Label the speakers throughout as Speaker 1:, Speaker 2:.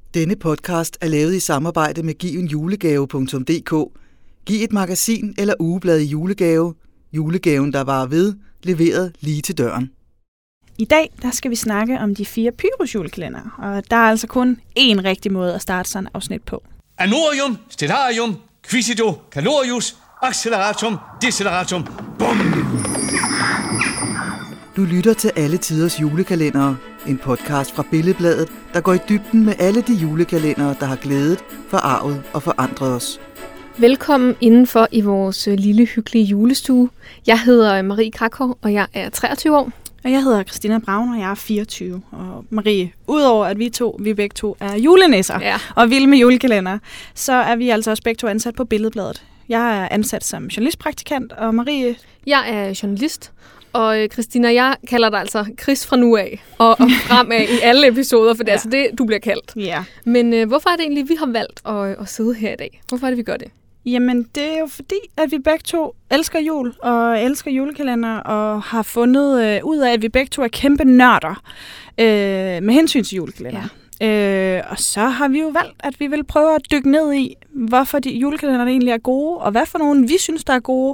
Speaker 1: Denne podcast er lavet i samarbejde med givenjulegave.dk. Giv et magasin eller ugeblad i julegave. Julegaven, der varer ved, leveret lige til døren.
Speaker 2: I dag der skal vi snakke om de 4 Pyrus julekalender, og der er altså kun én rigtig måde at starte sådan et afsnit på.
Speaker 3: Anorium, stellarium, quisido, calorius, acceleratum, deceleratum, bum!
Speaker 1: Du lytter til Alle Tiders Julekalendere, en podcast fra Billedbladet, der går i dybden med alle de julekalendere, der har glædet, forarvet og forandret os.
Speaker 4: Velkommen indenfor i vores lille hyggelige julestue. Jeg hedder Marie Krakow, og jeg er 23 år.
Speaker 2: Og jeg hedder Christina Braun, og jeg er 24. Og Marie, udover at vi begge to er julenisser og vilde med julekalender, så er vi altså også begge to ansat på Billedbladet. Jeg er ansat som journalistpraktikant, og Marie...
Speaker 4: Jeg er journalist, og Christina, jeg kalder dig altså Chris fra nu af, og fremad i alle episoder, for det er altså det, du bliver kaldt.
Speaker 2: Ja.
Speaker 4: Men hvorfor er det egentlig, vi har valgt at sidde her i dag? Hvorfor er det, vi gør det?
Speaker 2: Jamen, det er jo fordi, at vi begge to elsker jul og elsker julekalender og har fundet ud af, at vi begge to er kæmpe nørder med hensyn til julekalender. Ja. Og så har vi jo valgt, at vi vil prøve at dykke ned i, hvorfor de julekalenderne egentlig er gode, og hvad for nogle vi synes, der er gode,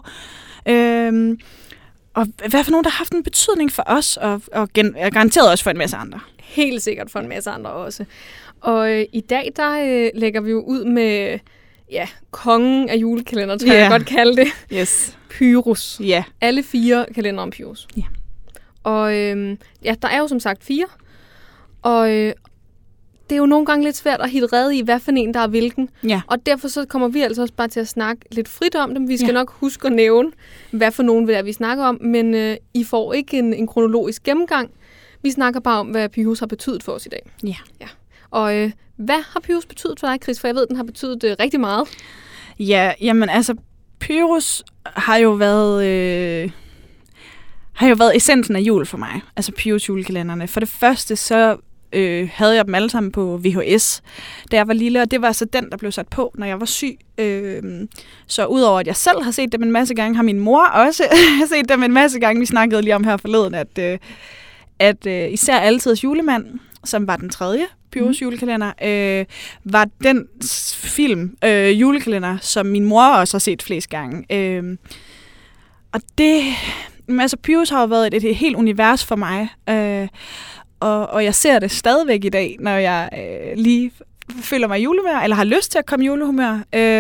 Speaker 2: og hvad for nogle, der har haft en betydning for os, og garanteret også for en masse andre.
Speaker 4: Helt sikkert for en masse andre også. Og i dag, der lægger vi jo ud med... Ja, kongen af julekalender, tror jeg godt kalde det.
Speaker 2: Yes.
Speaker 4: Pyrus.
Speaker 2: Ja.
Speaker 4: Alle 4 kalendere om Pyrus.
Speaker 2: Ja.
Speaker 4: Og der er jo som sagt 4. Og det er jo nogle gange lidt svært at hitte rede i, hvad for en, der er hvilken.
Speaker 2: Ja.
Speaker 4: Og derfor så kommer vi altså også bare til at snakke lidt frit om dem. Vi skal nok huske at nævne, hvad for nogen vi snakker om. Men I får ikke en kronologisk gennemgang. Vi snakker bare om, hvad Pyrus har betydet for os i dag.
Speaker 2: Ja.
Speaker 4: Og hvad har Pyrus betydet for dig, Chris? For jeg ved, den har betydet rigtig meget.
Speaker 2: Ja, jamen altså, Pyrus har jo været essensen af jul for mig. Altså Pyrus julekalenderne. For det første, så havde jeg dem alle sammen på VHS, da jeg var lille, og det var så den, der blev sat på, når jeg var syg. Så udover at jeg selv har set dem en masse gange, har min mor også set dem en masse gange. Vi snakkede lige om her forleden, at især Altidets julemand, som var den 3. Pyrus julekalender, var den film, julekalender, som min mor også har set flest gange. Og det... Altså, Pyrus har jo været et helt univers for mig, og jeg ser det stadigvæk i dag, når jeg lige føler mig i julehumør, eller har lyst til at komme i julehumør.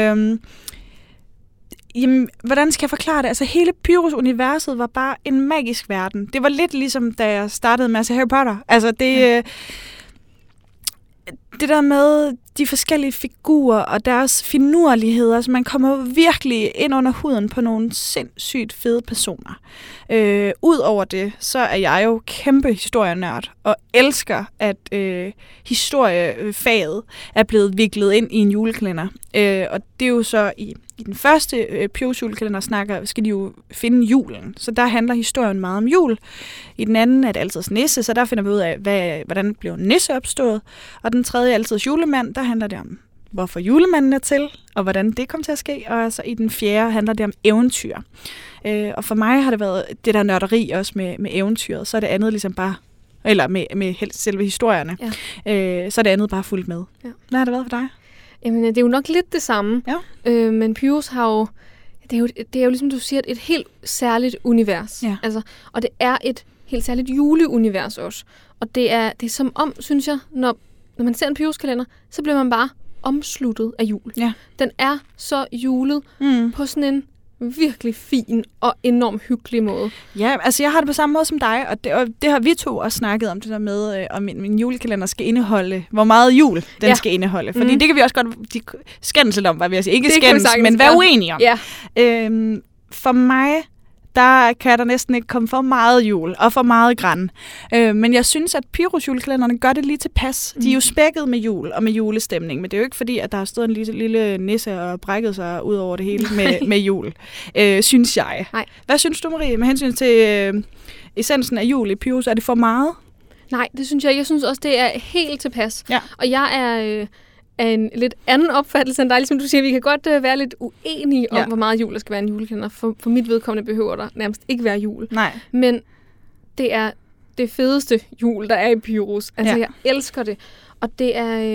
Speaker 2: Jamen, hvordan skal jeg forklare det? Altså, hele Pyrus-universet var bare en magisk verden. Det var lidt ligesom, da jeg startede med at se Harry Potter. Altså, det der med de forskellige figurer og deres finurligheder, så man kommer virkelig ind under huden på nogle sindssygt fede personer. Udover det, så er jeg jo kæmpe historienørd og elsker, at historiefaget er blevet viklet ind i en julekalender. Og det er jo så i den første Pyrus julekalender skal de jo finde julen, så der handler historien meget om jul. I den anden er det Altidets nisse, så der finder vi ud af, hvordan blev nisse opstået. Og den tredje Altidets julemand, der handler det om, hvorfor julemanden er til, og hvordan det kom til at ske. Og altså i den fjerde handler det om eventyr. Og for mig har det været det der nørderi også med eventyret, så er det andet ligesom bare, eller med selve historierne, så er det andet bare fuldt med. Ja. Hvad har det været for dig?
Speaker 4: Jamen, det er jo nok lidt det samme. Ja. Men Pyrus har jo... Det er jo ligesom du siger, et helt særligt univers. Ja. Altså, og det er et helt særligt juleunivers også. Og det er som om, synes jeg, når man ser en Pyrus-kalender, så bliver man bare omsluttet af jul. Ja. Den er så julet på sådan en virkelig fin og enormt hyggelig måde. Ja,
Speaker 2: altså jeg har det på samme måde som dig, og det har vi to også snakket om, det der med, om min julekalender skal indeholde, hvor meget jul den skal indeholde. Fordi det kan vi også godt skændes lidt om, hvad vi siger. Ikke skændes, men være uenige om. Ja. For mig, der kan der næsten ikke komme for meget jul og for meget græn. Men jeg synes, at Pyrus julekalenderne gør det lige tilpas. De er jo spækket med jul og med julestemning, men det er jo ikke fordi, at der har stået en lille nisse og brækket sig ud over det hele med jul, synes jeg. Nej. Hvad synes du, Marie, med hensyn til essensen af jul i Pyrus? Er det for meget?
Speaker 4: Nej, det synes jeg. Jeg synes også, det er helt tilpas. Ja. Og jeg er af en lidt anden opfattelse end dig. Ligesom du siger, vi kan godt være lidt uenige om, hvor meget jul der skal være en julekalender. For mit vedkommende behøver der nærmest ikke være jul. Nej. Men det er det fedeste jul, der er i Pyrus. Altså, jeg elsker det. Og det er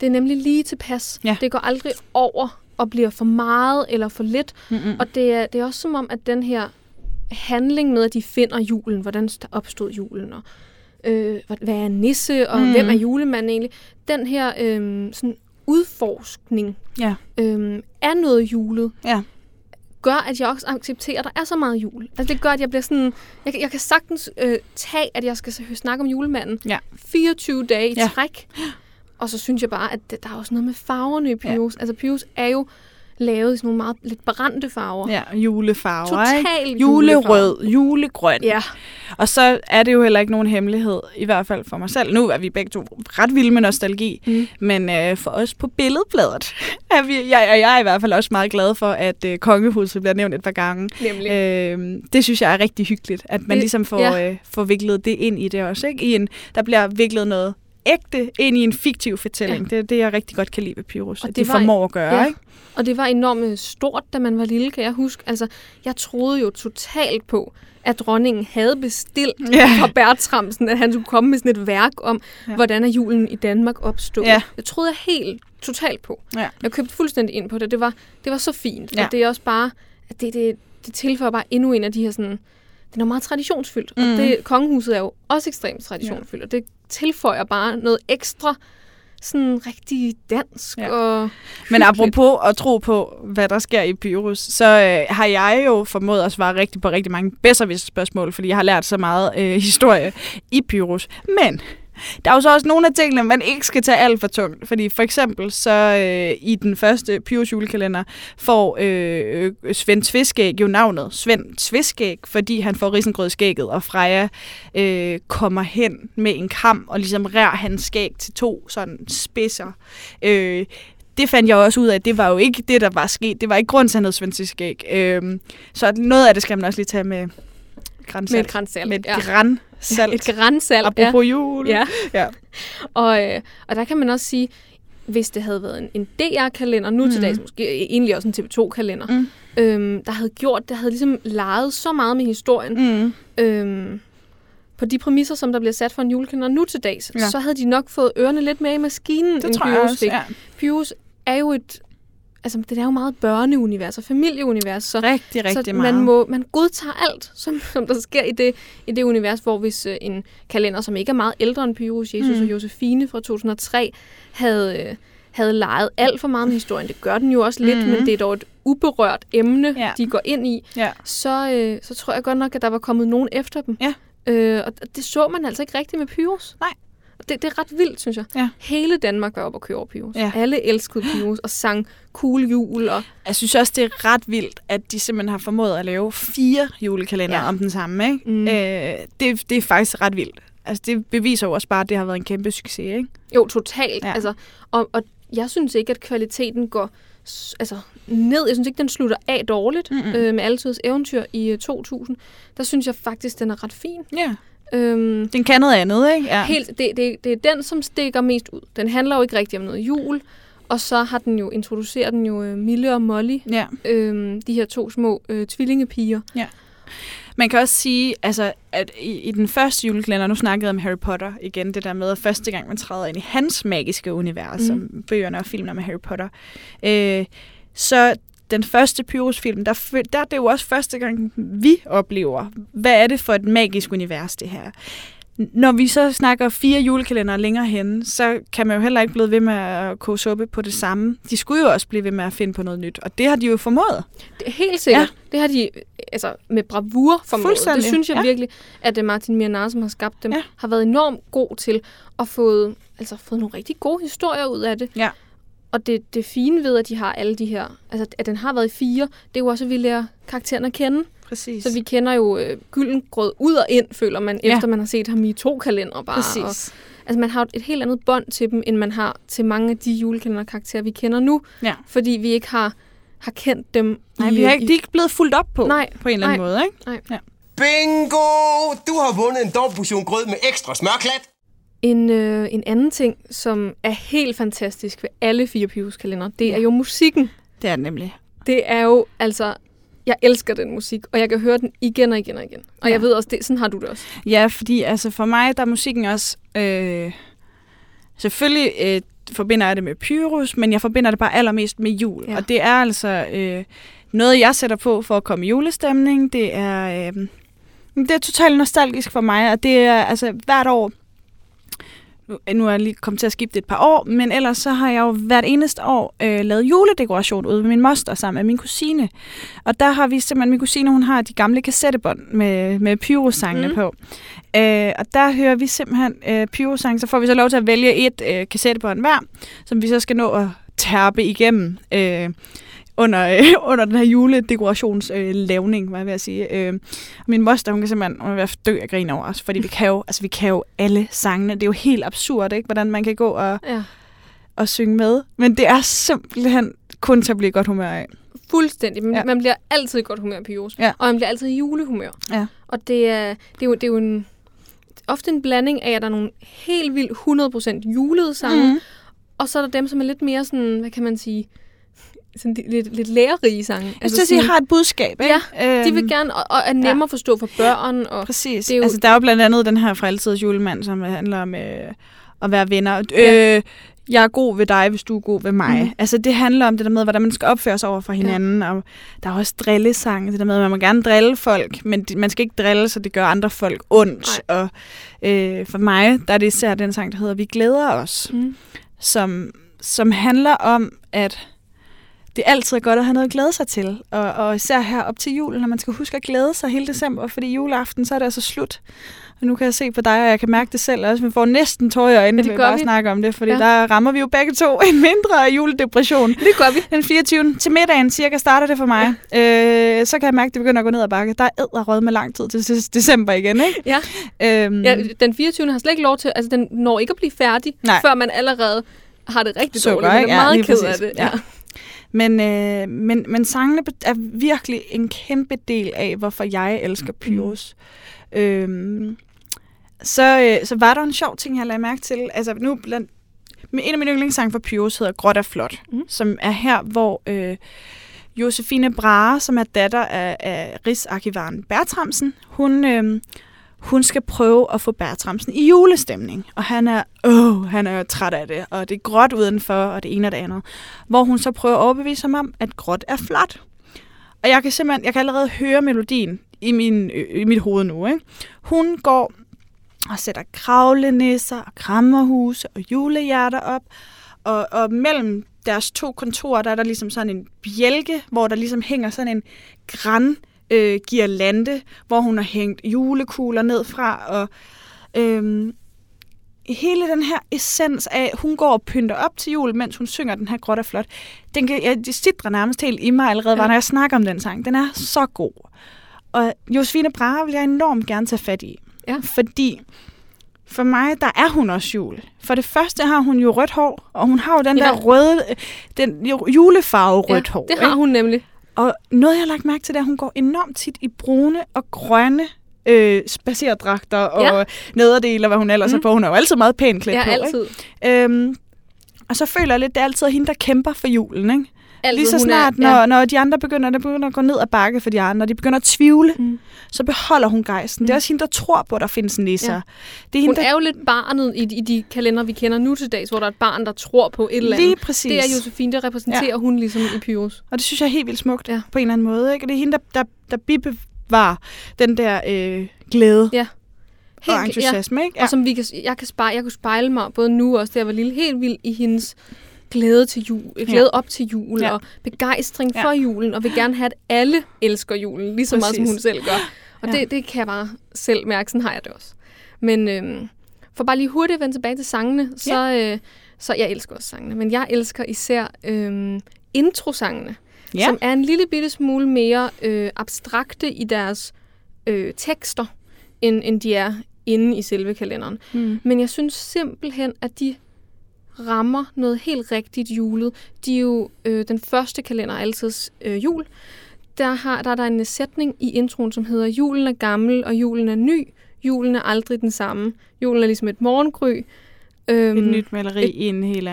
Speaker 4: Det er nemlig lige tilpas. Ja. Det går aldrig over og bliver for meget eller for lidt. Og det er også som om, at den her handling med, at de finder julen, hvordan opstod julen, og hvad er nisse, og hvem er julemanden egentlig, den her sådan udforskning af noget julet, gør, at jeg også accepterer, at der er så meget jul. Altså det gør, at jeg bliver sådan... Jeg kan sagtens tage, at jeg skal snakke om julemanden 24 dage i træk. Og så synes jeg bare, at der er også noget med farverne i Pyrus. Ja. Altså Pyrus er jo lavet i sådan nogle meget lidt brændte farver.
Speaker 2: Ja, julefarver.
Speaker 4: Total
Speaker 2: julerød, julegrøn. Ja. Og så er det jo heller ikke nogen hemmelighed, i hvert fald for mig selv. Nu er vi begge to ret vilde med nostalgi, men for os på Billedbladet er jeg er i hvert fald også meget glad for, at kongehuset bliver nævnt et par gange. Det synes jeg er rigtig hyggeligt, at man ligesom får viklet det ind i det også. Ikke? Der bliver viklet noget ægte ind i en fiktiv fortælling. Det er det, jeg rigtig godt kan lide ved Pyrus, at de formår at gøre. Ikke?
Speaker 4: Og det var enormt stort, da man var lille, kan jeg huske. Altså, jeg troede jo totalt på, at dronningen havde bestilt fra Bertramsen, at han skulle komme med sådan et værk om, hvordan er julen i Danmark opstået. Ja. Det troede jeg helt totalt på. Ja. Jeg købte fuldstændig ind på det. Det var så fint. Og det er også bare, at det tilføjer bare endnu en af de her sådan... Den er meget traditionsfyldt. Og kongehuset er jo også ekstremt traditionsfyldt. Og det tilføjer bare noget ekstra sådan rigtig dansk og hyggeligt. Men
Speaker 2: apropos at tro på, hvad der sker i Pyrus, så har jeg jo formået at svare på rigtig mange bedrevidste-spørgsmål, fordi jeg har lært så meget historie i Pyrus. Men der er jo så også nogle af tingene, man ikke skal tage alt for tungt. Fordi for eksempel så i den første Pyrus julekalender får Svend Tveskæg jo navnet Svend Tveskæg, fordi han får risengrød i skægget, og Freja kommer hen med en kam og ligesom rær hans skæg til 2 sådan spidser. Det fandt jeg også ud af, at det var jo ikke det, der var sket. Det var ikke grund til, at han hed Svend Tveskæg. Så noget af det skal man også lige tage med grænsalt.
Speaker 4: Med et grænsalt.
Speaker 2: Med et grænsalt.
Speaker 4: Et grænsalt,
Speaker 2: apropos jul.
Speaker 4: Ja. Og der kan man også sige, hvis det havde været en DR-kalender, nu til dags måske egentlig også en TV2-kalender, der havde gjort, der havde ligesom leget så meget med historien, på de præmisser, som der bliver sat for en julekalender nu til dags, så havde de nok fået ørerne lidt mere i maskinen,
Speaker 2: end Pyrus fik.
Speaker 4: Pyrus er jo det er jo meget børneunivers og familieunivers, så
Speaker 2: rigtig meget.
Speaker 4: Man godtager alt, som der sker i det univers, hvor hvis en kalender, som ikke er meget ældre end Pyrus, Jesus og Josefine fra 2003, havde leget alt for meget med historien. Det gør den jo også lidt, men det er dog et uberørt emne, de går ind i. Ja. Så tror jeg godt nok, at der var kommet nogen efter dem. Ja. Og det så man altså ikke rigtigt med Pyrus.
Speaker 2: Nej.
Speaker 4: Det er ret vildt, synes jeg. Ja. Hele Danmark var oppe og køre over Pyrus. Ja. Alle elskede Pyrus og sang cool jul. Og
Speaker 2: jeg synes også, det er ret vildt, at de simpelthen har formået at lave 4 julekalender om den samme. Ikke? Det er faktisk ret vildt. Altså, det beviser jo også bare, at det har været en kæmpe succes, ikke?
Speaker 4: Jo, totalt. Ja. Altså, og jeg synes ikke, at kvaliteten går ned. Jeg synes ikke, den slutter af dårligt med Alletiders Eventyr i 2000. Der synes jeg faktisk, den er ret fin. Ja.
Speaker 2: Den kan noget andet, ikke? Ja.
Speaker 4: Helt, det er den, som stikker mest ud. Den handler jo ikke rigtig om noget jul, og så har den jo introduceret den jo Mille og Molly, de her 2 små tvillingepiger. Ja.
Speaker 2: Man kan også sige, altså, at i den første julekalender, nu snakkede jeg om Harry Potter igen, det der med, at første gang man træder ind i hans magiske univers, som bøgerne og filmene med Harry Potter, så den første Pyrus-film, der er det jo også første gang, vi oplever, hvad er det for et magisk univers, det her. Når vi så snakker 4 julekalender længere henne, så kan man jo heller ikke blive ved med at koge suppe på det samme. De skulle jo også blive ved med at finde på noget nyt, og det har de jo formået.
Speaker 4: Det er helt sikkert. Ja. Det har de med bravur formået. Det synes jeg virkelig, at Martin Mienar, som har skabt dem, har været enormt god til at få nogle rigtig gode historier ud af det. Ja. Og det fine ved, at de har alle de her, altså at den har været i 4, det er jo også, at vi lærer karaktererne at kende.
Speaker 2: Præcis.
Speaker 4: Så vi kender jo Gyldengrød ud og ind, føler man, efter man har set ham i 2 kalendere bare.
Speaker 2: Præcis.
Speaker 4: Og, man har et helt andet bånd til dem, end man har til mange af de julekalenderkarakterer, vi kender nu. Ja. Fordi vi ikke har kendt dem.
Speaker 2: Nej, de er ikke blevet fuldt op på en eller anden måde, ikke?
Speaker 4: Nej. Ja.
Speaker 5: Bingo! Du har vundet en dobbelt portion grød med ekstra smørklat.
Speaker 4: En anden ting, som er helt fantastisk ved alle 4 Pyrus-kalendere, det er jo musikken.
Speaker 2: Det er nemlig.
Speaker 4: Det er jo, jeg elsker den musik, og jeg kan høre den igen og igen og igen. Og jeg ved også, sådan har du det også.
Speaker 2: Ja, fordi for mig, der er musikken også selvfølgelig forbinder jeg det med Pyrus, men jeg forbinder det bare allermest med jul. Ja. Og det er altså noget, jeg sætter på for at komme i julestemning. Det er totalt nostalgisk for mig, og det er altså hvert år. Nu er jeg lige kommet til at skifte et par år, men ellers så har jeg jo hvert eneste år lavet juledekoration ude ved min moster sammen med min kusine. Og der har vi simpelthen, min kusine, hun har de gamle kassettebånd med Pyrus-sangene på. Og der hører vi simpelthen Pyrus-sange, så får vi så lov til at vælge et kassettebånd hver, som vi så skal nå at tærpe igennem under den her juledekorationslavning, hvad jeg vil sige. Min moster, hun kan simpelthen hun er ved at dø af grin over os, fordi vi kan jo alle sangene. Det er jo helt absurd, ikke, hvordan man kan gå og synge med. Men det er simpelthen kun til at blive i godt humør af.
Speaker 4: Fuldstændig. Man bliver altid i godt humør på Pyrus, og man bliver altid i julehumør. Ja. Og det er jo ofte en blanding af, at der er nogle helt vildt 100% julede sange, og så er der dem, som er lidt mere sådan, hvad kan man sige, sådan lidt lærerige sange.
Speaker 2: Altså det har et budskab, ikke?
Speaker 4: Ja, de vil gerne, og er nemmere at forstå for børn. Og
Speaker 2: præcis. Det er jo, altså, der er jo blandt andet den her fra Altidets julemand, som handler om at være venner. Jeg er god ved dig, hvis du er god ved mig. Altså det handler om det der med, hvordan man skal opføre sig over for hinanden. Og der er også drillesange, det der med, at man må gerne drille folk, men man skal ikke drille, så det gør andre folk ondt. Og for mig, der er det især den sang, der hedder Vi glæder os, som handler om, at det er altid godt at have noget at glæde sig til. Og især her op til julen, når man skal huske at glæde sig hele december, fordi juleaften, så er det altså slut. Og nu kan jeg se på dig, og jeg kan mærke det selv også. Vi får næsten tårer i øjnene, når vi bare snakker om det, fordi der rammer vi jo begge to en mindre juledepression.
Speaker 4: Det gør vi.
Speaker 2: Den 24. til middagen cirka starter det for mig. Ja. Så kan jeg mærke, at det begynder at gå ned ad bakke. Der er edderrød med lang tid til december igen, ikke?
Speaker 4: Ja. Den 24. har slet ikke lov til, altså den når ikke at blive færdig, før man allerede har det rigtig dårligt. Man er meget ked af det. Ja.
Speaker 2: Men sangene er virkelig en kæmpe del af, hvorfor jeg elsker Pyrus. Så var der en sjov ting, jeg lagde mærke til. Altså nu en af mine yndlingssange for Pyrus hedder Gråt er flot, som er her, hvor Josefine Brahe, som er datter af Rigsarkivaren Bertramsen, hun skal prøve at få Bertramsen i julestemning. Og han er træt af det, og det er gråt udenfor, og det ene og det andet. Hvor hun så prøver at overbevise ham om, at gråt er flot. Og jeg kan allerede høre melodien i mit hoved nu. Ikke? Hun går og sætter kravlenisser og krammerhuse og julehjerter op. Og mellem deres to kontorer, der er der ligesom sådan en bjælke, hvor der ligesom hænger sådan en gran girlande, hvor hun har hængt julekugler ned fra, og hele den her essens af, hun går og pynter op til jul, mens hun synger den her Gråt er flot, det sidder nærmest helt i mig allerede, når jeg snakker om den sang. Den er så god. Og Josefine Brahe vil jeg enormt gerne tage fat i. Ja. Fordi for mig, der er hun også jul. For det første har hun jo rødt hår, og hun har jo den der røde, den julefarve rødt hår.
Speaker 4: Det har hun nemlig.
Speaker 2: Og noget, jeg har lagt mærke til, det er, at hun går enormt tit i brune og grønne spacerdragter og nederdele, og hvad hun ellers er på. Hun er jo altid meget pænt klædt på.
Speaker 4: Altid.
Speaker 2: Ikke? Og så føler jeg lidt, det er altid hende, der kæmper for julen, ikke?
Speaker 4: Altid,
Speaker 2: lige så snart, når de andre begynder at gå ned ad bakke for de andre, de begynder at tvivle, så beholder hun gejsten. Det er også hende, der tror på, at der findes nisser.
Speaker 4: Ja.
Speaker 2: Det er hende,
Speaker 4: hun er jo lidt barnet i de kalender, vi kender nu til dags, hvor der er et barn, der tror på et eller andet.
Speaker 2: Lige præcis.
Speaker 4: Det er Josefine, der repræsenterer hun ligesom i Pyrus.
Speaker 2: Og det synes jeg er helt vildt smukt på en eller anden måde. Ikke? Og det er hende, der bibevarer den der glæde. Ja. Og entusiasme, ikke? Ja.
Speaker 4: Og som jeg kunne spejle mig både nu og også, da jeg var lille, helt vildt i hendes glæde til jul, glæde op til jul og begejstring for julen, og vil gerne have, at alle elsker julen, lige så meget som hun selv gør. Og det kan jeg bare selv mærke, sådan har jeg det også. Men for bare lige hurtigt at vende tilbage til sangene, så jeg elsker også sangene, men jeg elsker især introsangene, som er en lille bitte smule mere abstrakte i deres tekster, end de er inde i selve kalenderen. Men jeg synes simpelthen, at de rammer noget helt rigtigt julet. De er jo den første kalender, Altids jul. Der er der en sætning i introen, som hedder: julen er gammel, og julen er ny. Julen er aldrig den samme. Julen er ligesom et morgengry.
Speaker 2: Et nyt maleri i en helt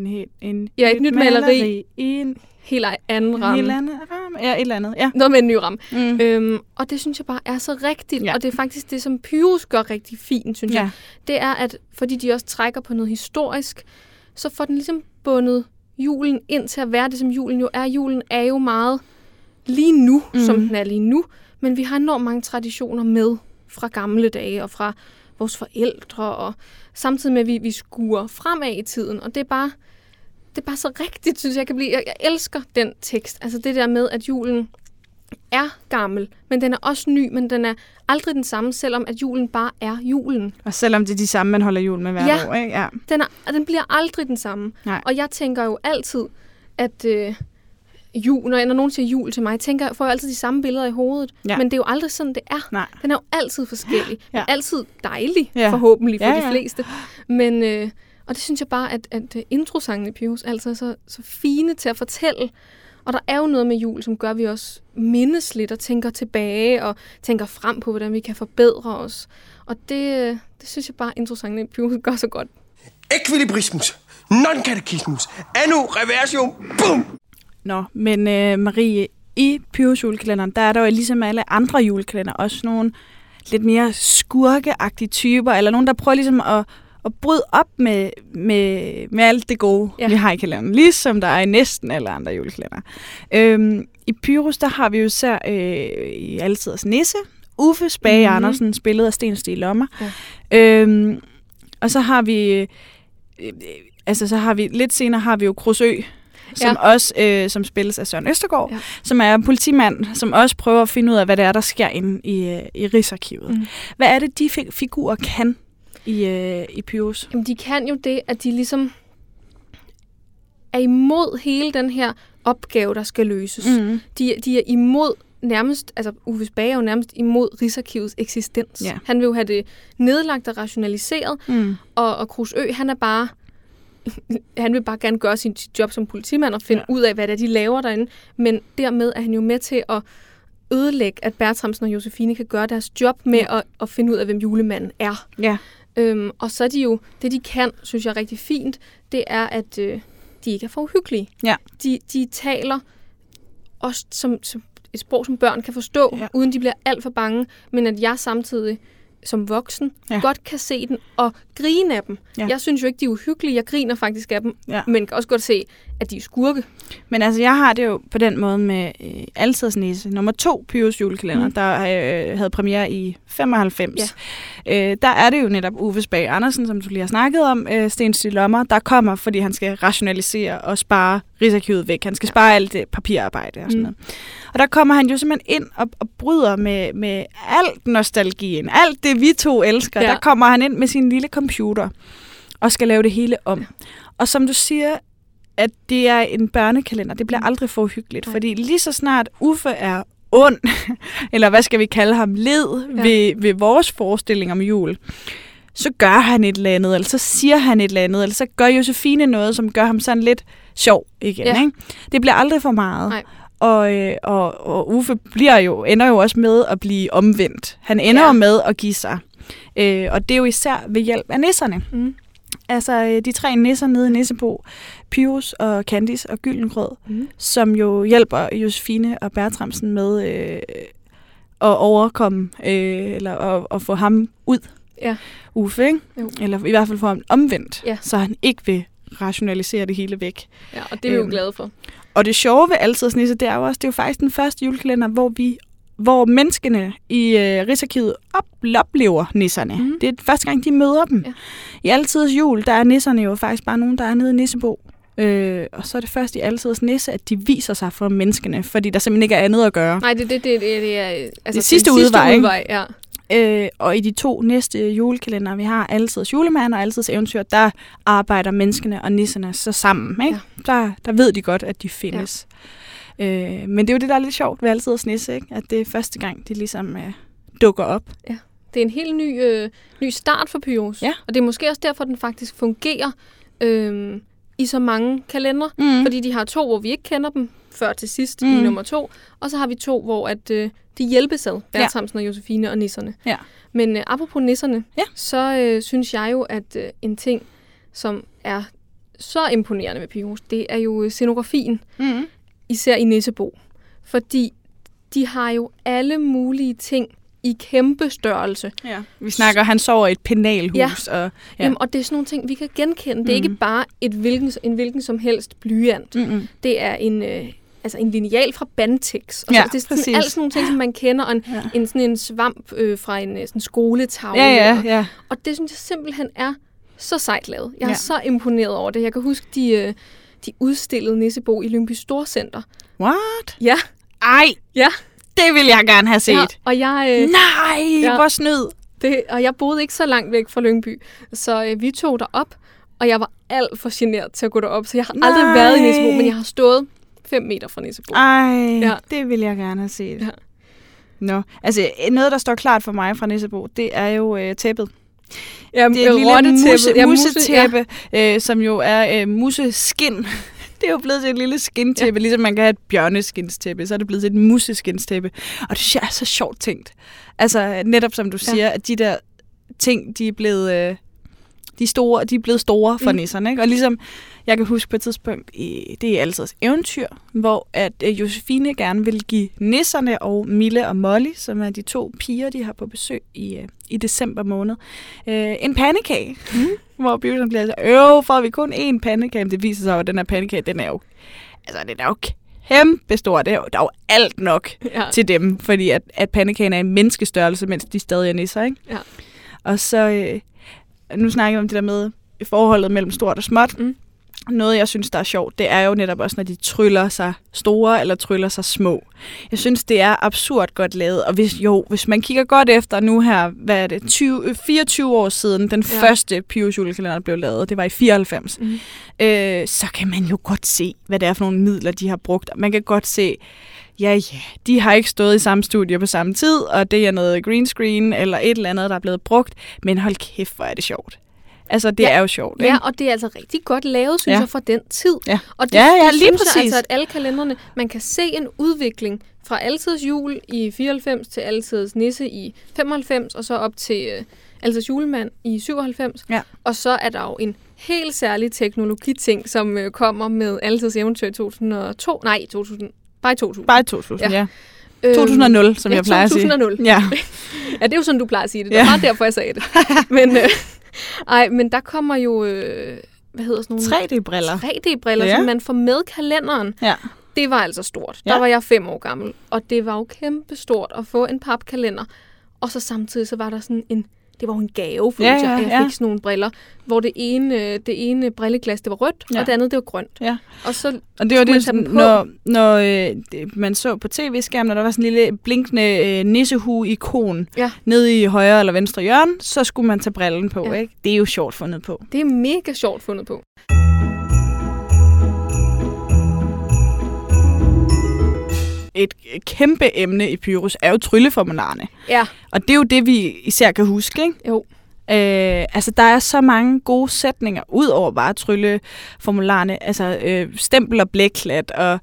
Speaker 4: anden ramme.
Speaker 2: Ja, et eller andet. Ja.
Speaker 4: Noget med en ny ramme. Og det synes jeg bare er så rigtigt. Ja. Og det er faktisk det, som Pyrus gør rigtig fint, synes jeg. Det er, at fordi de også trækker på noget historisk, så får den ligesom bundet julen ind til at være det, som julen jo er. Julen er jo meget lige nu, som den er lige nu, men vi har enormt mange traditioner med fra gamle dage og fra vores forældre, og samtidig med, at vi skuer fremad i tiden, og det er bare så rigtigt, synes jeg kan blive. Jeg elsker den tekst. Altså det der med, at julen er gammel, men den er også ny, men den er aldrig den samme, selvom at julen bare er julen.
Speaker 2: Og selvom det er de samme, man holder jul med hvert år, ikke? Ja.
Speaker 4: Den bliver aldrig den samme.
Speaker 2: Nej.
Speaker 4: Og jeg tænker jo altid, at jul, når nogen siger jul til mig, får jeg altid de samme billeder i hovedet. Ja. Men det er jo aldrig sådan, det er.
Speaker 2: Nej.
Speaker 4: Den er jo altid forskellig.
Speaker 2: Ja.
Speaker 4: Altid dejlig, forhåbentlig for de fleste. Men, og det synes jeg bare, at introsangene i Pyrus altså er så fine til at fortælle. Og der er jo noget med jul, som gør, at vi også mindes lidt og tænker tilbage og tænker frem på, hvordan vi kan forbedre os. Og det synes jeg bare, introsangene i Pyrus gør så godt.
Speaker 5: Ekvilibrismus, non-katekismus, anno reversium, bum!
Speaker 2: Nå, men Marie, i Pyrus julekalenderen, der er der jo ligesom alle andre julekalender også nogle lidt mere skurkeagtige typer, eller nogen, der prøver ligesom at bryde op med alt det gode, vi har i kalenderen, ligesom der er i næsten alle andre julekalender. I Pyrus, der har vi jo især i Altiders Nisse, Uffe Spage Andersen, spillet af Sten Stig Lommer. Ja. Og så har vi, lidt senere har vi jo Krusø, som også som spilles af Søren Østergaard, som er politimand, som også prøver at finde ud af, hvad det er, der sker inde i Rigsarkivet. Hvad er det, de figurer kan i Pyrus?
Speaker 4: Jamen, de kan jo det, at de ligesom er imod hele den her opgave, der skal løses. De er imod nærmest, altså Uffe Spage er jo nærmest imod Rigsarkivets eksistens. Ja. Han vil jo have det nedlagt og rationaliseret, og Krusø, han vil bare gerne gøre sit job som politimand og finde ud af, hvad det er, de laver derinde. Men dermed er han jo med til at ødelægge, at Bertramsen og Josefine kan gøre deres job med at finde ud af, hvem julemanden er. Ja. Og så er de jo, det de kan, synes jeg er rigtig fint, det er, at de ikke er for uhyggelige. Ja. De taler også som et sprog, som børn kan forstå, uden de bliver alt for bange, men at jeg samtidig som voksen godt kan se den og grine af dem. Ja. Jeg synes jo ikke, de er uhyggelige. Jeg griner faktisk af dem, men kan også godt se, at de er skurke.
Speaker 2: Men altså, jeg har det jo på den måde med Altiders Nisse, nummer 2 Pyrus julekalender, der havde premiere i 95. Ja. Der er det jo netop Uffe Spage Andersen, som du lige har snakket om, Sten Stig Lommer, der kommer, fordi han skal rationalisere og spare Rigsarkivet væk. Han skal spare alt det papirarbejde og sådan noget. Og der kommer han jo simpelthen ind og bryder med alt nostalgien, alt det vi to elsker. Der kommer han ind med sin lille computer og skal lave det hele om. Og som du siger, at det er en børnekalender, det bliver aldrig for uhyggeligt, fordi lige så snart Uffe er ond, eller hvad skal vi kalde ham, led ved vores forestilling om jul, så gør han et eller andet, eller så siger han et eller andet, eller så gør Josefine noget, som gør ham sådan lidt sjov igen. Ja. Ikke? Det bliver aldrig for meget. Nej. Og Uffe ender jo også med at blive omvendt. Han ender jo med at give sig. Og det er jo især ved hjælp af nisserne. Altså de 3 nisser nede i Nissebo, Pyrus og Candice og Gyldengrød, som jo hjælper Josefine og Bertramsen med at overkomme, eller at få ham ud. Ja. Uffe, ikke? Eller i hvert fald få ham omvendt, så han ikke vil rationalisere det hele væk.
Speaker 4: Ja, og det er vi jo glade for.
Speaker 2: Og det sjove ved Altiders Nisse, det er jo faktisk den første julekalender, hvor menneskene i Rigsarkivet oplever nisserne. Det er første gang, de møder dem. Ja. I Altiders jul, der er nisserne jo faktisk bare nogen, der er nede i Nissebo. Og så er det først i Altiders Nisse, at de viser sig for menneskene, fordi der simpelthen ikke er andet at gøre.
Speaker 4: Nej, det er altså
Speaker 2: det sidste udvej, ja. Og i de 2 næste julekalender, vi har Altiders Julemand og Altiders Eventyr, der arbejder menneskene og nisserne så sammen. Ikke? Ja. Der ved de godt, at de findes. Ja. Men det er jo det, der er lidt sjovt ved Altiders Nisse, ikke? At det er første gang, de ligesom dukker op. Ja.
Speaker 4: Det er en helt ny start for Pyrus. Ja. Og det er måske også derfor, den faktisk fungerer i så mange kalendere. Fordi de har 2, hvor vi ikke kender dem før til sidst i nummer 2. Og så har vi 2, hvor at de hjælpes ad, Bertramsen og Josefine og nisserne. Ja. Men apropos nisserne, så synes jeg jo, at en ting, som er så imponerende ved Pyrus, det er jo scenografien. Især i Nissebo. Fordi de har jo alle mulige ting i kæmpe størrelse.
Speaker 2: Ja. Vi snakker, han sover i et penalhus.
Speaker 4: Ja.
Speaker 2: Og,
Speaker 4: Jamen, og det er sådan nogle ting, vi kan genkende. Det er ikke bare en hvilken som helst blyant. Det er en lineal fra Bantex. Og så, det er sådan, alt sådan nogle ting, som man kender. Og en svamp fra en sådan skoletavle.
Speaker 2: Ja.
Speaker 4: Og det synes jeg simpelthen er så sejt lavet. Jeg er så imponeret over det. Jeg kan huske, de udstillede Nissebo i Lyngby Storcenter.
Speaker 2: What?
Speaker 4: Ja.
Speaker 2: Ej!
Speaker 4: Ja.
Speaker 2: Det vil jeg gerne have set.
Speaker 4: Ja, og jeg...
Speaker 2: Nej, hvor snyd.
Speaker 4: Og jeg boede ikke så langt væk fra Lyngby, så vi tog derop, og jeg var alt for generet til at gå derop, så jeg har aldrig været i Nissebo, men jeg har stået 5 meter fra Nissebo.
Speaker 2: Det vil jeg gerne have set.
Speaker 4: Ja.
Speaker 2: Nå, altså noget, der står klart for mig fra Nissebo, det er jo tæppet.
Speaker 4: Ja,
Speaker 2: det er et lille musetæppe, som jo er museskin. Det er jo blevet til et lille skintæppe, ligesom man kan have et bjørneskinstæppe, så er det blevet til et museskinstæppe. Og det er så sjovt tænkt. Altså netop som du siger, at de der ting, de er blevet, de er blevet store for nisserne. Ikke? Og ligesom jeg kan huske på et tidspunkt, det er altid eventyr, hvor at Josefine gerne vil give nisserne og Mille og Molly, som er de 2 piger, de har på besøg i december måned, en pandekage. Hvor Bjørn bliver så, får vi kun 1 pandekage. Det viser sig, at den her pandekage, den er jo kæmpe stor. Der er jo alt nok til dem, fordi at pandekagen er en menneskestørrelse, mens de stadig er nisser, ikke? Ja. Og så, nu snakker vi om det der med forholdet mellem stort og småt. Noget, jeg synes, der er sjovt, det er jo netop også, når de tryller sig store eller tryller sig små. Jeg synes, det er absurd godt lavet. Og hvis man kigger godt efter nu her, 24 år siden, den første Pyrus julekalender blev lavet, det var i 94, så kan man jo godt se, hvad det er for nogle midler, de har brugt. Man kan godt se, de har ikke stået i samme studie på samme tid, og det er noget green screen eller et eller andet, der er blevet brugt. Men hold kæft, hvor er det sjovt. Altså, det er jo sjovt, ikke?
Speaker 4: Ja, og det er altså rigtig godt lavet, synes jeg, for den tid.
Speaker 2: Ja,
Speaker 4: og det,
Speaker 2: lige
Speaker 4: synes
Speaker 2: præcis.
Speaker 4: Jeg, altså, at alle kalenderne, man kan se en udvikling fra Altidets Jul i 94 til Altidets Nisse i 95, og så op til Altidets Julemand i 97. Ja. Og så er der jo en helt særlig teknologiting, som kommer med Altidets Eventyr i 2002. Nej, 2000. Bare i 2000.
Speaker 2: Bare i 2000, ja. 2000, som jeg plejer at sige.
Speaker 4: 2000. Ja, det er jo sådan, du plejer at sige det. Det var meget derfor, jeg sagde det. Men der kommer jo, hvad hedder sådan nogle? 3D-briller, som man får med kalenderen. Ja. Det var altså stort. Der var jeg 5 år gammel, og det var jo kæmpe stort at få en papkalender. Og så samtidig så var der sådan det var jo en gave, fordi jeg fik sådan nogle briller, hvor det ene brilleglas, det var rødt, og det andet, det var grønt. Ja.
Speaker 2: Og det var det, når man så på tv-skærmen, når der var sådan en lille blinkende nissehue-ikon nede i højre eller venstre hjørne, så skulle man tage brillen på. Ikke? Det er jo sjovt fundet på.
Speaker 4: Det er mega sjovt fundet på.
Speaker 2: Et kæmpe emne i Pyrus er jo trylleformularerne. Ja. Og det er jo det, vi især kan huske, ikke? Jo. Altså, der er så mange gode sætninger, ud over bare trylleformularerne. Altså, stempel og blækklat, og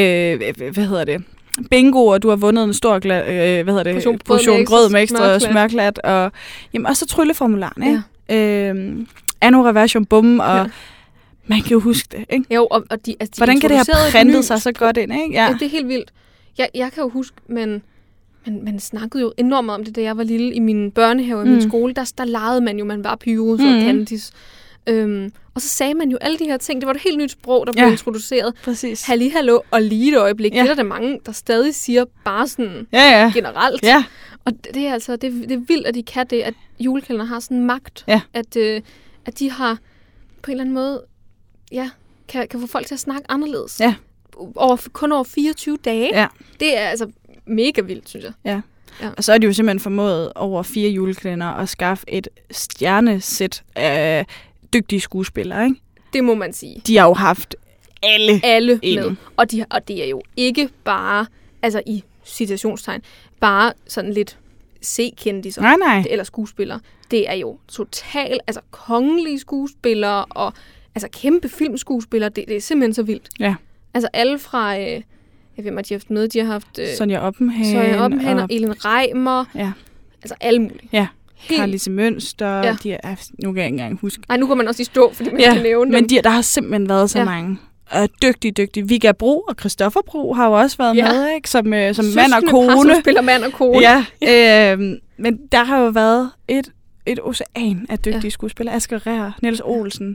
Speaker 2: bingo, og du har vundet en stor portion grød med ekstra smørklat, og så trylleformularerne, anno reversion bum, og man kan jo huske det, ikke?
Speaker 4: Jo, og de
Speaker 2: hvordan kan det have printet sig så godt ind, ikke?
Speaker 4: Ja, det er helt vildt. Jeg kan jo huske, man snakkede jo enormt meget om det, da jeg var lille i min børnehave i min skole. Der legede man jo, man var Pyrus og Candice. Og så sagde man jo alle de her ting. Det var et helt nyt sprog, der blev introduceret. Præcis. Hallo og lige et øjeblik. Det er der mange, der stadig siger bare sådan generelt. Ja. Og det er altså, det er vildt, at de kan det, at julekalender har sådan en magt. Ja. At de har på en eller anden måde, kan få folk til at snakke anderledes. Ja. Kun over 24 dage. Ja. Det er altså mega vildt, synes jeg. Ja.
Speaker 2: Og så er de jo simpelthen formået over 4 julekalender at skaffe et stjernesæt af dygtige skuespillere, ikke?
Speaker 4: Det må man sige.
Speaker 2: De har jo haft alle
Speaker 4: med. Og det er jo ikke bare, altså i citationstegn, bare sådan lidt C-kendiser.
Speaker 2: Nej.
Speaker 4: Eller skuespillere. Det er jo totalt, altså kongelige skuespillere og altså kæmpe filmskuespillere. Det er simpelthen så vildt. Ja. Altså alle fra, hvem har de haft med? De har haft
Speaker 2: Sonja Oppenhagen
Speaker 4: og Elin Reimer. Ja. Altså alle mulige.
Speaker 2: Ja. Carlise Mønster. Ja. Nu kan jeg ikke engang huske.
Speaker 4: Nej, nu kan man også lige stå, fordi man kan nævne dem.
Speaker 2: Men der har simpelthen været så mange. dygtig. Vigga Bro og Christoffer Bro har jo også været med, ikke? Som mand og kone.
Speaker 4: Par, som spiller mand og kone.
Speaker 2: Ja, men der har jo været et ocean af dygtige skuespillere. Asger Reher, Niels Olsen.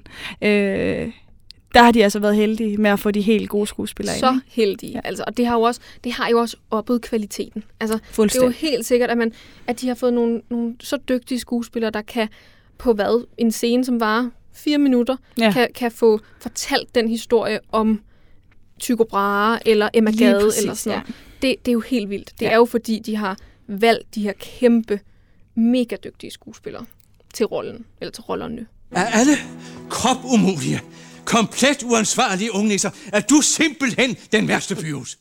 Speaker 2: Der har de altså været heldige med at få de helt gode skuespillere ind.
Speaker 4: Så heldige. Altså, og det har jo også oppet kvaliteten. Altså, det er jo helt sikkert, at de har fået nogle så dygtige skuespillere, der kan på en scene, som varer 4 minutter, kan få fortalt den historie om Tycho Brahe eller Emma Gade eller sådan noget. Det er jo helt vildt. Det er jo fordi, de har valgt de her kæmpe, mega dygtige skuespillere til rollen, eller til rollerne.
Speaker 3: Er alle kropumulige, komplet uansvarlige ungnisser, er du simpelthen den værste Pyrus.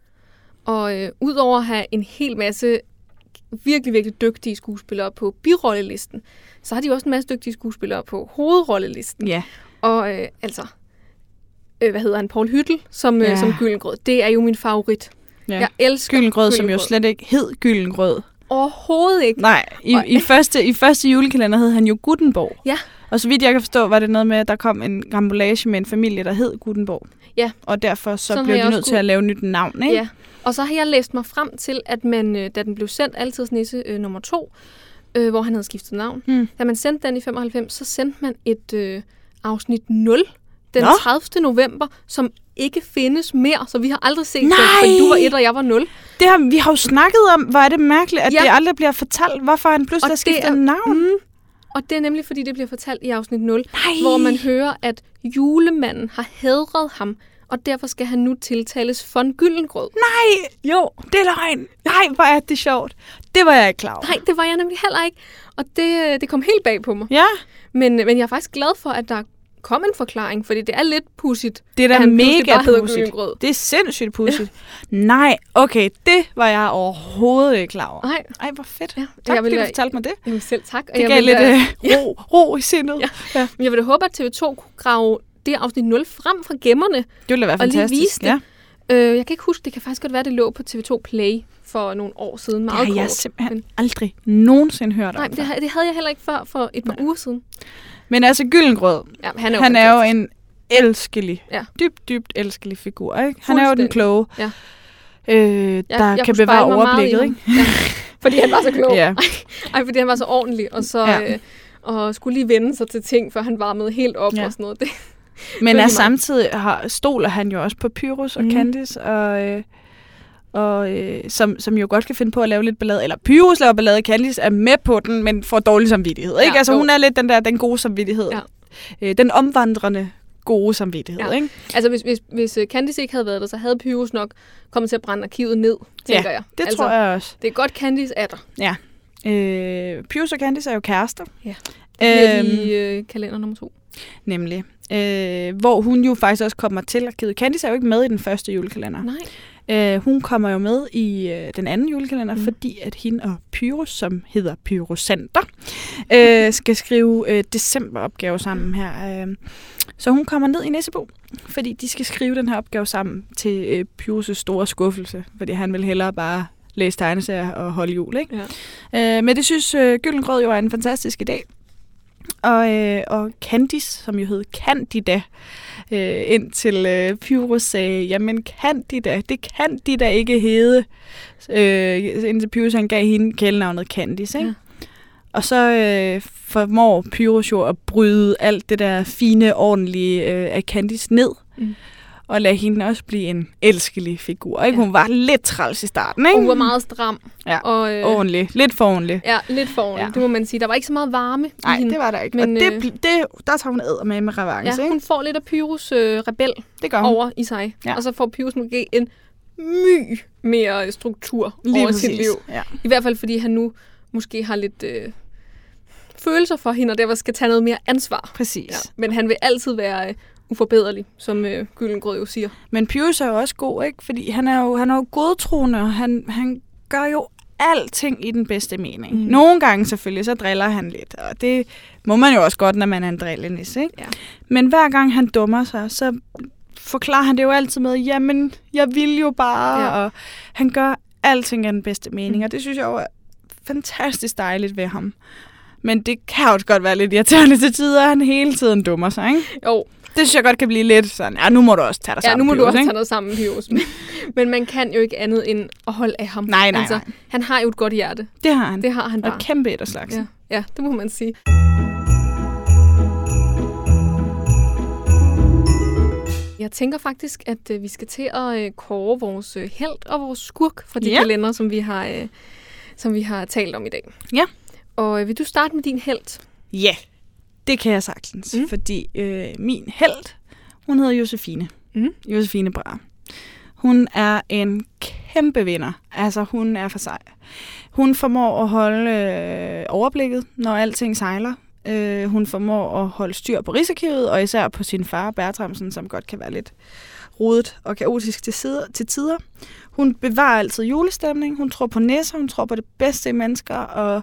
Speaker 4: Og udover at have en hel masse virkelig, virkelig dygtige skuespillere på birollelisten, så har de også en masse dygtige skuespillere på hovedrollelisten.
Speaker 2: Ja.
Speaker 4: Og hvad hedder han? Poul Hyttel som Gyllengrød. Det er jo min favorit. Ja. Jeg elsker
Speaker 2: Gyllengrød, som jo slet ikke hed Gyllengrød.
Speaker 4: Overhovedet ikke.
Speaker 2: Nej, i første julekalender hed han jo Gutenborg.
Speaker 4: Ja.
Speaker 2: Og så vidt jeg kan forstå, var det noget med, at der kom en rambolage med en familie, der hed Gutenborg.
Speaker 4: Ja.
Speaker 2: Og derfor så blev de nødt til at lave nyt navn, ikke?
Speaker 4: Ja. Og så har jeg læst mig frem til, at man, da den blev sendt, Altids Nisse nummer 2, hvor han havde skiftet navn. Da man sendte den i 95, så sendte man et afsnit 0 den 30. november, som ikke findes mere, så vi har aldrig set den, fordi du var 1, og jeg var 0.
Speaker 2: Vi har jo snakket om, hvor er det mærkeligt, at det aldrig bliver fortalt, hvorfor han pludselig har skiftet navn.
Speaker 4: Og det er nemlig, fordi det bliver fortalt i afsnit 0, hvor man hører, at julemanden har hædret ham, og derfor skal han nu tiltales von Gyllengrød.
Speaker 2: Nej! Jo, det er løgn. Nej, hvor er det sjovt. Det var jeg ikke klar over.
Speaker 4: Nej, det var jeg nemlig heller ikke. Og det kom helt bag på mig.
Speaker 2: Ja.
Speaker 4: Men jeg er faktisk glad for, at der kom en forklaring, fordi det er lidt pudsigt.
Speaker 2: Det er da mega pudsigt. Det er sindssygt pudsigt. Ja. Nej, okay, det var jeg overhovedet ikke klar over.
Speaker 4: Nej,
Speaker 2: hvor fedt.
Speaker 4: Ja.
Speaker 2: Tak, fordi du fortalte mig det.
Speaker 4: Jamen selv tak. Og
Speaker 2: det gav lidt ro i sindet.
Speaker 4: Ja. Men jeg vil da håbe, at TV2 kunne grave det afsnit 0 frem fra gemmerne. Det
Speaker 2: ville være fantastisk.
Speaker 4: Og lige vise det. Ja. Jeg kan ikke huske, det kan faktisk godt være, det lå på TV2 Play for nogle år siden. Meget
Speaker 2: det har jeg simpelthen aldrig nogensinde hørt om.
Speaker 4: Nej, det havde jeg heller ikke før for et par uger siden.
Speaker 2: Men altså Gyllengrød, han er jo en elskelig, dybt elskelig figur, ikke? Han er jo den kloge, der kan bevare overblikket, ikke?
Speaker 4: Ja, fordi han var så klog. Fordi han var så ordentlig, og så og skulle lige vende sig til ting, før han varmede helt op og sådan noget.
Speaker 2: Men samtidig stoler han jo også på Pyrus og Candice, og som jo godt kan finde på at lave lidt ballade. Eller Pyrus laver ballade, Candice er med på den, men får dårlig samvittighed. Ikke? Altså hun er lidt den gode samvittighed. Ja. Den omvandrende gode samvittighed. Ikke?
Speaker 4: Altså hvis Candice ikke havde været der, så havde Pyrus nok kommet til at brænde arkivet ned, tænker jeg.
Speaker 2: Det tror jeg også.
Speaker 4: Det er godt, Candice er der.
Speaker 2: Ja. Pyrus og Candice er jo kærester.
Speaker 4: Ja. Det er kalender nummer 2.
Speaker 2: Nemlig. Hvor hun jo faktisk også kommer til arkivet. Candice er jo ikke med i den første julekalender.
Speaker 4: Nej.
Speaker 2: Hun kommer jo med i den anden julekalender, fordi at hende og Pyrus, som hedder Pyrosander, skal skrive decemberopgave sammen her. Så hun kommer ned i Nissebo, fordi de skal skrive den her opgave sammen til Pyrus' store skuffelse, fordi han vil hellere bare læse tegneserier og holde jul, ikke? Ja. Men det synes Gyllengrød jo er en fantastisk idé. Og Candice, som jo hed Candida, indtil Pyrus sagde, jamen Candida, det kan de da ikke hedde, indtil Pyrus han gav hende kælenavnet Candice, ikke? Ja. Og så formår Pyrus jo at bryde alt det der fine, ordentlige af Candice ned, og lade hende også blive en elskelig figur. Ikke? Hun var lidt træls i starten, ikke?
Speaker 4: Hun var meget stram.
Speaker 2: Ja, og ordentlig. Lidt for ordentlig.
Speaker 4: Ja, lidt for ordentlig. Ja. Det må man sige. Der var ikke så meget varme i hende.
Speaker 2: Nej, det var der ikke. Men, og der tager hun med revanche.
Speaker 4: Ja, hun får lidt af Pyrus rebel over i sig. Ja. Og så får Pyrus måske en mere struktur over sit liv. Ja. I hvert fald, fordi han nu måske har lidt følelser for hende, og derfor skal tage noget mere ansvar.
Speaker 2: Præcis. Ja.
Speaker 4: Men han vil altid være uforbederlig, som Gyllengrød jo siger.
Speaker 2: Men Pyrus er jo også god, ikke? Fordi han er jo godtroende, og han gør jo alting i den bedste mening. Nogle gange selvfølgelig, så driller han lidt, og det må man jo også godt, når man er en drillenisse, ikke? Ja. Men hver gang han dummer sig, så forklarer han det jo altid med, jamen, jeg vil jo bare, og han gør alting i den bedste mening, og det synes jeg jo er fantastisk dejligt ved ham. Men det kan også godt være lidt irriterende til tider, at han hele tiden dummer sig, ikke?
Speaker 4: Jo,
Speaker 2: synes jeg godt kan blive lidt sådan, nu må du også tage dig sammen.
Speaker 4: Ja, nu må
Speaker 2: Pyrus,
Speaker 4: du også
Speaker 2: ikke?
Speaker 4: tage dig sammen, Pyrus. Men man kan jo ikke andet end at holde af ham.
Speaker 2: Nej.
Speaker 4: Han har jo et godt hjerte.
Speaker 2: Det har han.
Speaker 4: Det har han bare.
Speaker 2: Og kæmpe et af slags.
Speaker 4: Ja, det må man sige. Jeg tænker faktisk, at vi skal til at kåre vores helt og vores skurk fra de kalender, som vi har talt om i dag.
Speaker 2: Ja.
Speaker 4: Og vil du starte med din helt?
Speaker 2: Ja, det kan jeg sagtens, fordi min helt, hun hedder Josefine. Josefine Brahe. Hun er en kæmpe vinder. Altså, hun er for sej. Hun formår at holde overblikket, når alting sejler. Hun formår at holde styr på Rigsarkivet, og især på sin far, Bertramsen, som godt kan være lidt rodet og kaotisk til tider. Hun bevarer altid julestemning. Hun tror på nisser, hun tror på det bedste i mennesker, og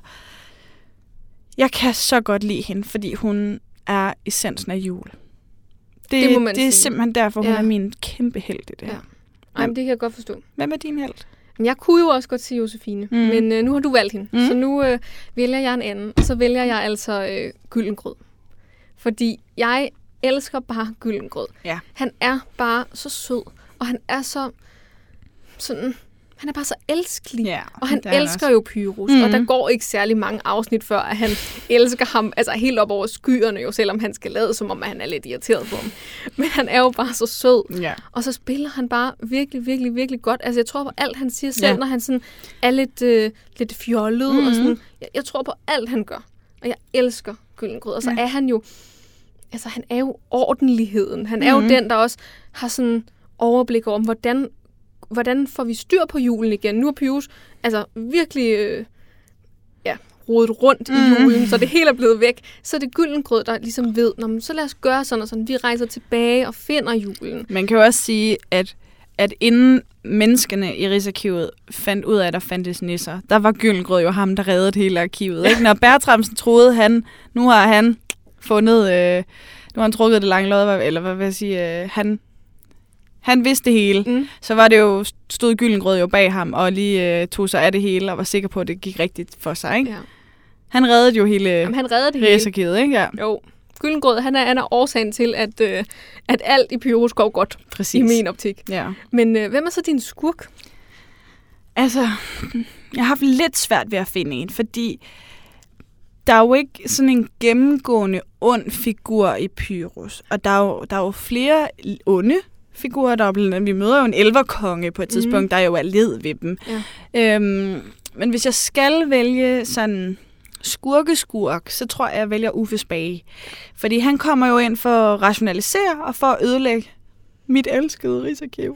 Speaker 2: jeg kan så godt lide hende, fordi hun er essensen af jul.
Speaker 4: Det må man
Speaker 2: sige. Det er
Speaker 4: sige.
Speaker 2: simpelthen derfor, hun er min kæmpe helt i det her.
Speaker 4: Ej, det kan jeg godt forstå.
Speaker 2: Hvem er din helt?
Speaker 4: Jeg kunne jo også godt sige Josefine, men nu har du valgt hende. Så nu vælger jeg en anden. Så vælger jeg altså Gyldengrød. Fordi jeg elsker bare Gyldengrød.
Speaker 2: Ja.
Speaker 4: Han er bare så sød, og han er så sådan... Han er bare så elskelig, og han elsker jo Pyrus, og der går ikke særlig mange afsnit før, at han elsker ham, altså helt op over skyerne jo, selvom han skal lade, som om han er lidt irriteret på ham. Men han er jo bare så sød, og så spiller han bare virkelig, virkelig, virkelig godt. Altså jeg tror på alt, han siger selv, når han sådan er lidt fjollet, og sådan. Jeg tror på alt, han gør, og jeg elsker Gyldengrød, og så er han jo, altså han er jo ordentligheden. Han er jo den, der også har sådan overblik over, hvordan får vi styr på julen igen? Nu er Pyrus altså virkelig rodet rundt i julen, så det hele er blevet væk. Så er det Gyldengrød, der ligesom ved, så lad os gøre sådan og sådan. Vi rejser tilbage og finder julen.
Speaker 2: Man kan jo også sige, at inden menneskene i Rigsarkivet fandt ud af, at der fandtes nisser, der var Gyldengrød jo ham, der reddede hele arkivet. Ikke? Når Bertramsen troede, nu har han fundet, nu har han trukket det lange lod, eller hvad vil jeg sige, han vidste det hele. Så var det jo, stod Gyldengrød jo bag ham, og lige tog sig af det hele, og var sikker på, at det gik rigtigt for sig. Ikke? Ja. Han reddede jo hele Rigsarkivet, ikke? Ja.
Speaker 4: Jo. Gyldengrød, han er årsagen til, at alt i Pyrus går godt.
Speaker 2: Præcis.
Speaker 4: I min optik.
Speaker 2: Ja.
Speaker 4: Men hvem er så din skurk?
Speaker 2: Altså, jeg har haft lidt svært ved at finde en, fordi der er jo ikke sådan en gennemgående ond figur i Pyrus. Og der er jo flere onde figurer, der er blandt andet. Vi møder jo en elverkonge på et tidspunkt, der jo er led ved dem. Ja. Men hvis jeg skal vælge sådan skurk, så tror jeg vælger Uffe Spage. Fordi han kommer jo ind for at rationalisere og for at ødelægge mit elskede Rigsarkiv.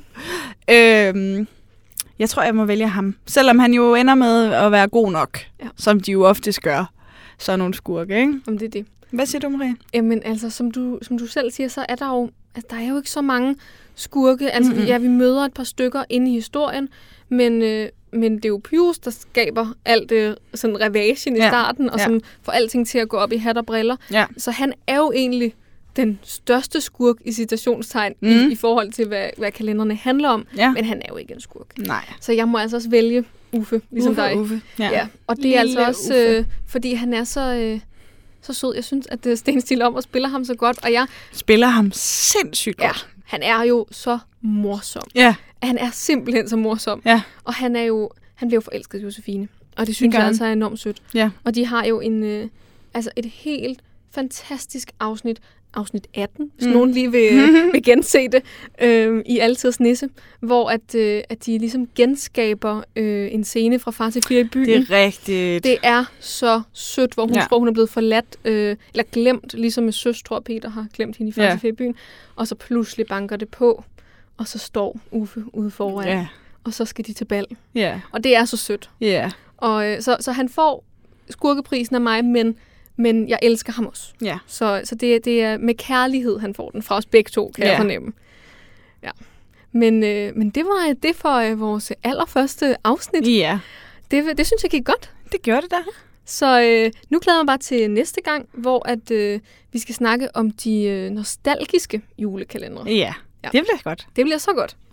Speaker 2: Jeg tror, jeg må vælge ham. Selvom han jo ender med at være god nok, som de jo oftest gør. Sådan nogle skurke, ikke?
Speaker 4: Om det er det.
Speaker 2: Hvad siger du, Marie?
Speaker 4: Jamen, altså, som du selv siger, så er der jo, altså, der er jo ikke så mange skurke. Altså, vi møder et par stykker inde i historien, men det er jo Pyrus, der skaber alt sådan revagen i starten, og som får alting til at gå op i hat og briller. Ja. Så han er jo egentlig den største skurk i citationstegn i forhold til, hvad kalenderne handler om. Ja. Men han er jo ikke en skurk.
Speaker 2: Nej.
Speaker 4: Så jeg må altså også vælge Uffe, ligesom dig.
Speaker 2: Uffe.
Speaker 4: Ja. Og det er altså også, fordi han er så sød. Jeg synes, at Sten Stil om at spiller ham så godt, og jeg
Speaker 2: spiller ham sindssygt godt.
Speaker 4: Ja, han er jo så morsom.
Speaker 2: Ja.
Speaker 4: Han er simpelthen så morsom. Ja. Og han bliver jo forelsket i Josefine. Og det synes jeg altså er enormt sødt. Ja. Og de har jo et helt fantastisk afsnit 18, hvis nogen lige vil gense det, i Altiders Nisse, hvor at de ligesom genskaber en scene fra Far til Fire i byen.
Speaker 2: Det er rigtigt.
Speaker 4: Det er så sødt, hvor hun tror, hun er blevet forladt, eller glemt, ligesom med søstre, Peter har glemt hende i Far til Fire i byen, og så pludselig banker det på, og så står Uffe ude foran, og så skal de til bal. Yeah. Og det er så sødt. Yeah. Og så han får skurkeprisen af mig, men jeg elsker ham også. Ja. Så det er med kærlighed, han får den fra os begge to, kan jeg fornemme. Ja. Men det var det for vores allerførste afsnit. Ja. Det synes jeg gik godt.
Speaker 2: Det gjorde det da.
Speaker 4: Så nu glæder jeg mig bare til næste gang, hvor vi skal snakke om de nostalgiske julekalendere.
Speaker 2: Ja, det bliver godt.
Speaker 4: Det bliver så godt.